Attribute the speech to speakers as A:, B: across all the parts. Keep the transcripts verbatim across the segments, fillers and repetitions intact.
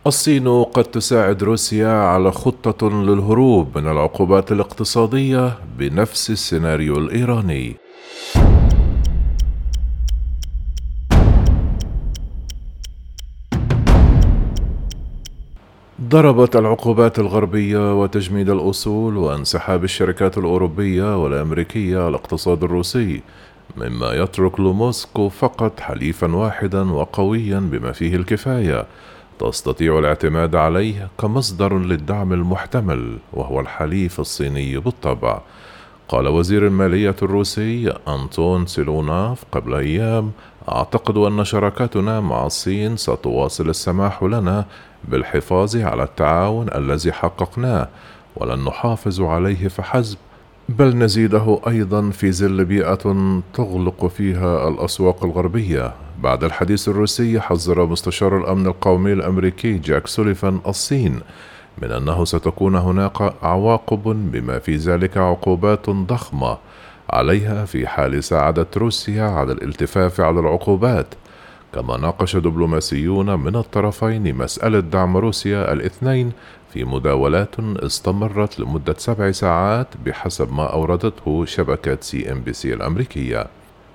A: الصين قد تساعد روسيا على خطة للهروب من العقوبات الاقتصادية بنفس السيناريو الإيراني. ضربت العقوبات الغربية وتجميد الأصول وانسحاب الشركات الأوروبية والأمريكية على الاقتصاد الروسي، مما يترك لموسكو فقط حليفا واحدا وقويا بما فيه الكفاية تستطيع الاعتماد عليه كمصدر للدعم المحتمل، وهو الحليف الصيني بالطبع. قال وزير المالية الروسي أنتون سيلوناف قبل أيام: أعتقد أن شراكتنا مع الصين ستواصل السماح لنا بالحفاظ على التعاون الذي حققناه، ولن نحافظ عليه فحسب، بل نزيده أيضا في ظل بيئة تغلق فيها الأسواق الغربية. بعد الحديث الروسي، حذر مستشار الأمن القومي الأمريكي جاك سوليفان الصين من أنه ستكون هناك عواقب بما في ذلك عقوبات ضخمة عليها في حال ساعدت روسيا على الالتفاف على العقوبات. كما ناقش دبلوماسيون من الطرفين مسألة دعم روسيا الاثنين في مداولات استمرت لمدة سبع ساعات بحسب ما أوردته شبكة سي إم بي سي الأمريكية.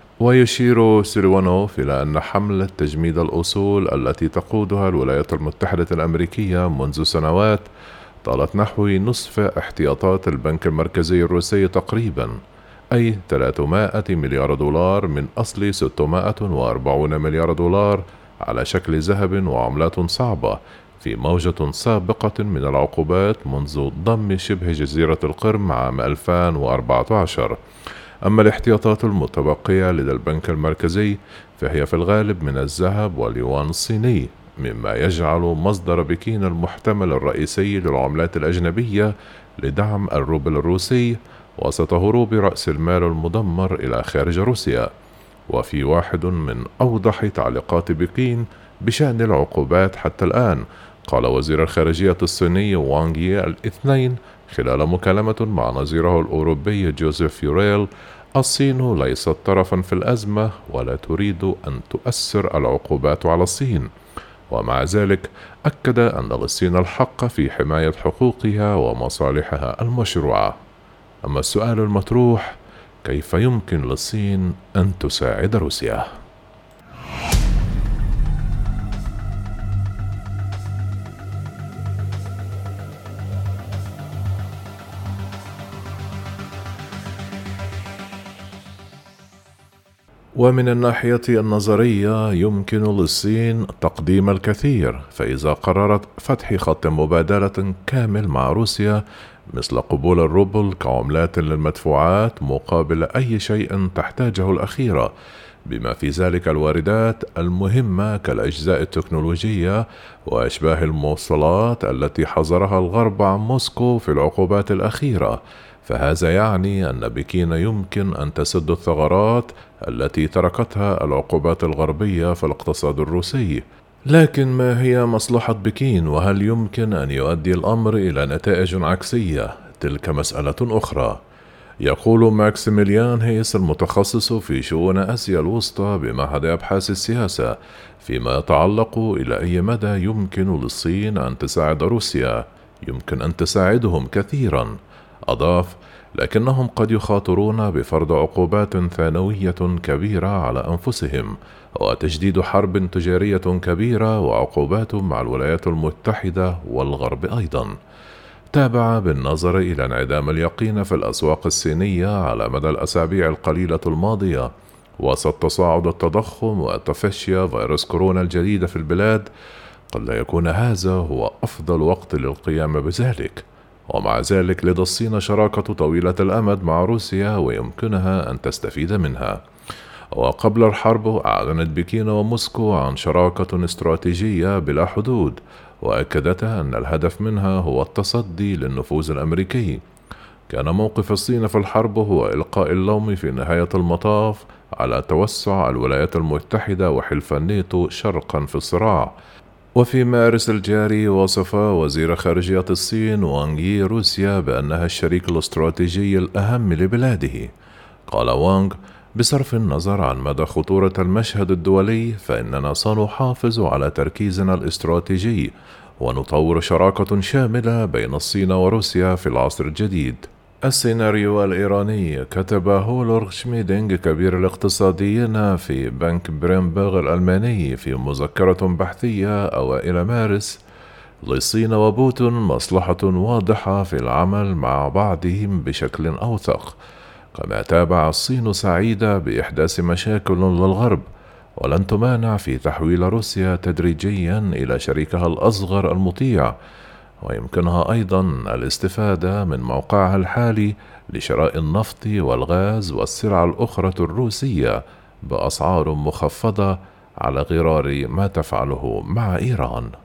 A: ويشير سيلوانوف إلى أن حملة تجميد الأصول التي تقودها الولايات المتحدة الأمريكية منذ سنوات طالت نحو نصف احتياطات البنك المركزي الروسي تقريبا، أي ثلاثمائة مليار دولار من أصل ستمائة وأربعين مليار دولار على شكل ذهب وعملات صعبة، في موجة سابقة من العقوبات منذ ضم شبه جزيرة القرم عام ألفين وأربعة عشر. أما الاحتياطات المتبقية لدى البنك المركزي فهي في الغالب من الذهب واليوان الصيني، مما يجعل مصدر بكين المحتمل الرئيسي للعملات الأجنبية لدعم الروبل الروسي وسط هروب رأس المال المدمر إلى خارج روسيا. وفي واحد من أوضح تعليقات بكين بشأن العقوبات حتى الآن، قال وزير الخارجية الصيني وانغ يي الاثنين خلال مكالمة مع نظيره الأوروبي جوزيف يوريل: الصين ليست طرفا في الأزمة ولا تريد أن تؤثر العقوبات على الصين. ومع ذلك أكد أن للصين الحق في حماية حقوقها ومصالحها المشروعة. أما السؤال المطروح: كيف يمكن للصين أن تساعد روسيا؟ ومن الناحية النظرية يمكن للصين تقديم الكثير، فإذا قررت فتح خط مبادلة كامل مع روسيا، مثل قبول الروبل كعملات للمدفوعات مقابل أي شيء تحتاجه الأخيرة، بما في ذلك الواردات المهمة كالأجزاء التكنولوجية وأشباه الموصلات التي حظرها الغرب عن موسكو في العقوبات الأخيرة، فهذا يعني أن بكين يمكن أن تسد الثغرات التي تركتها العقوبات الغربية في الاقتصاد الروسي. لكن ما هي مصلحة بكين؟ وهل يمكن أن يؤدي الأمر إلى نتائج عكسية؟ تلك مسألة أخرى. يقول ماكسيميليان هيس المتخصص في شؤون آسيا الوسطى بمعهد أبحاث السياسة فيما يتعلق إلى أي مدى يمكن للصين أن تساعد روسيا: يمكن أن تساعدهم كثيرا. أضاف: لكنهم قد يخاطرون بفرض عقوبات ثانوية كبيرة على أنفسهم وتجديد حرب تجارية كبيرة وعقوبات مع الولايات المتحدة والغرب أيضا. تابع بالنظر إلى انعدام اليقين في الأسواق الصينية على مدى الأسابيع القليلة الماضية وسط تصاعد التضخم وتفشي فيروس كورونا الجديد في البلاد، قد لا يكون هذا هو أفضل وقت للقيام بذلك. ومع ذلك لدى الصين شراكة طويلة الأمد مع روسيا ويمكنها أن تستفيد منها. وقبل الحرب أعلنت بكين وموسكو عن شراكة استراتيجية بلا حدود، وأكدتا أن الهدف منها هو التصدي للنفوذ الأمريكي. كان موقف الصين في الحرب هو إلقاء اللوم في نهاية المطاف على توسع الولايات المتحدة وحلف الناتو شرقا في الصراع. وفي مارس الجاري وصف وزير خارجية الصين وانغ يي روسيا بأنها الشريك الاستراتيجي الأهم لبلاده. قال وانغ: بصرف النظر عن مدى خطورة المشهد الدولي، فإننا سنحافظ على تركيزنا الاستراتيجي ونطور شراكة شاملة بين الصين وروسيا في العصر الجديد. السيناريو الإيراني. كتب هولورغ شميدينغ كبير الاقتصاديين في بنك بريمبرغ الألماني في مذكرة بحثية أوائل مارس: للصين وبوتين مصلحة واضحة في العمل مع بعضهم بشكل أوثق. كما تابع الصين سعيدة بإحداث مشاكل للغرب، ولن تمانع في تحويل روسيا تدريجيا إلى شريكها الأصغر المطيع، ويمكنها أيضا الاستفادة من موقعها الحالي لشراء النفط والغاز والسلع الأخرى الروسية بأسعار مخفضة على غرار ما تفعله مع إيران.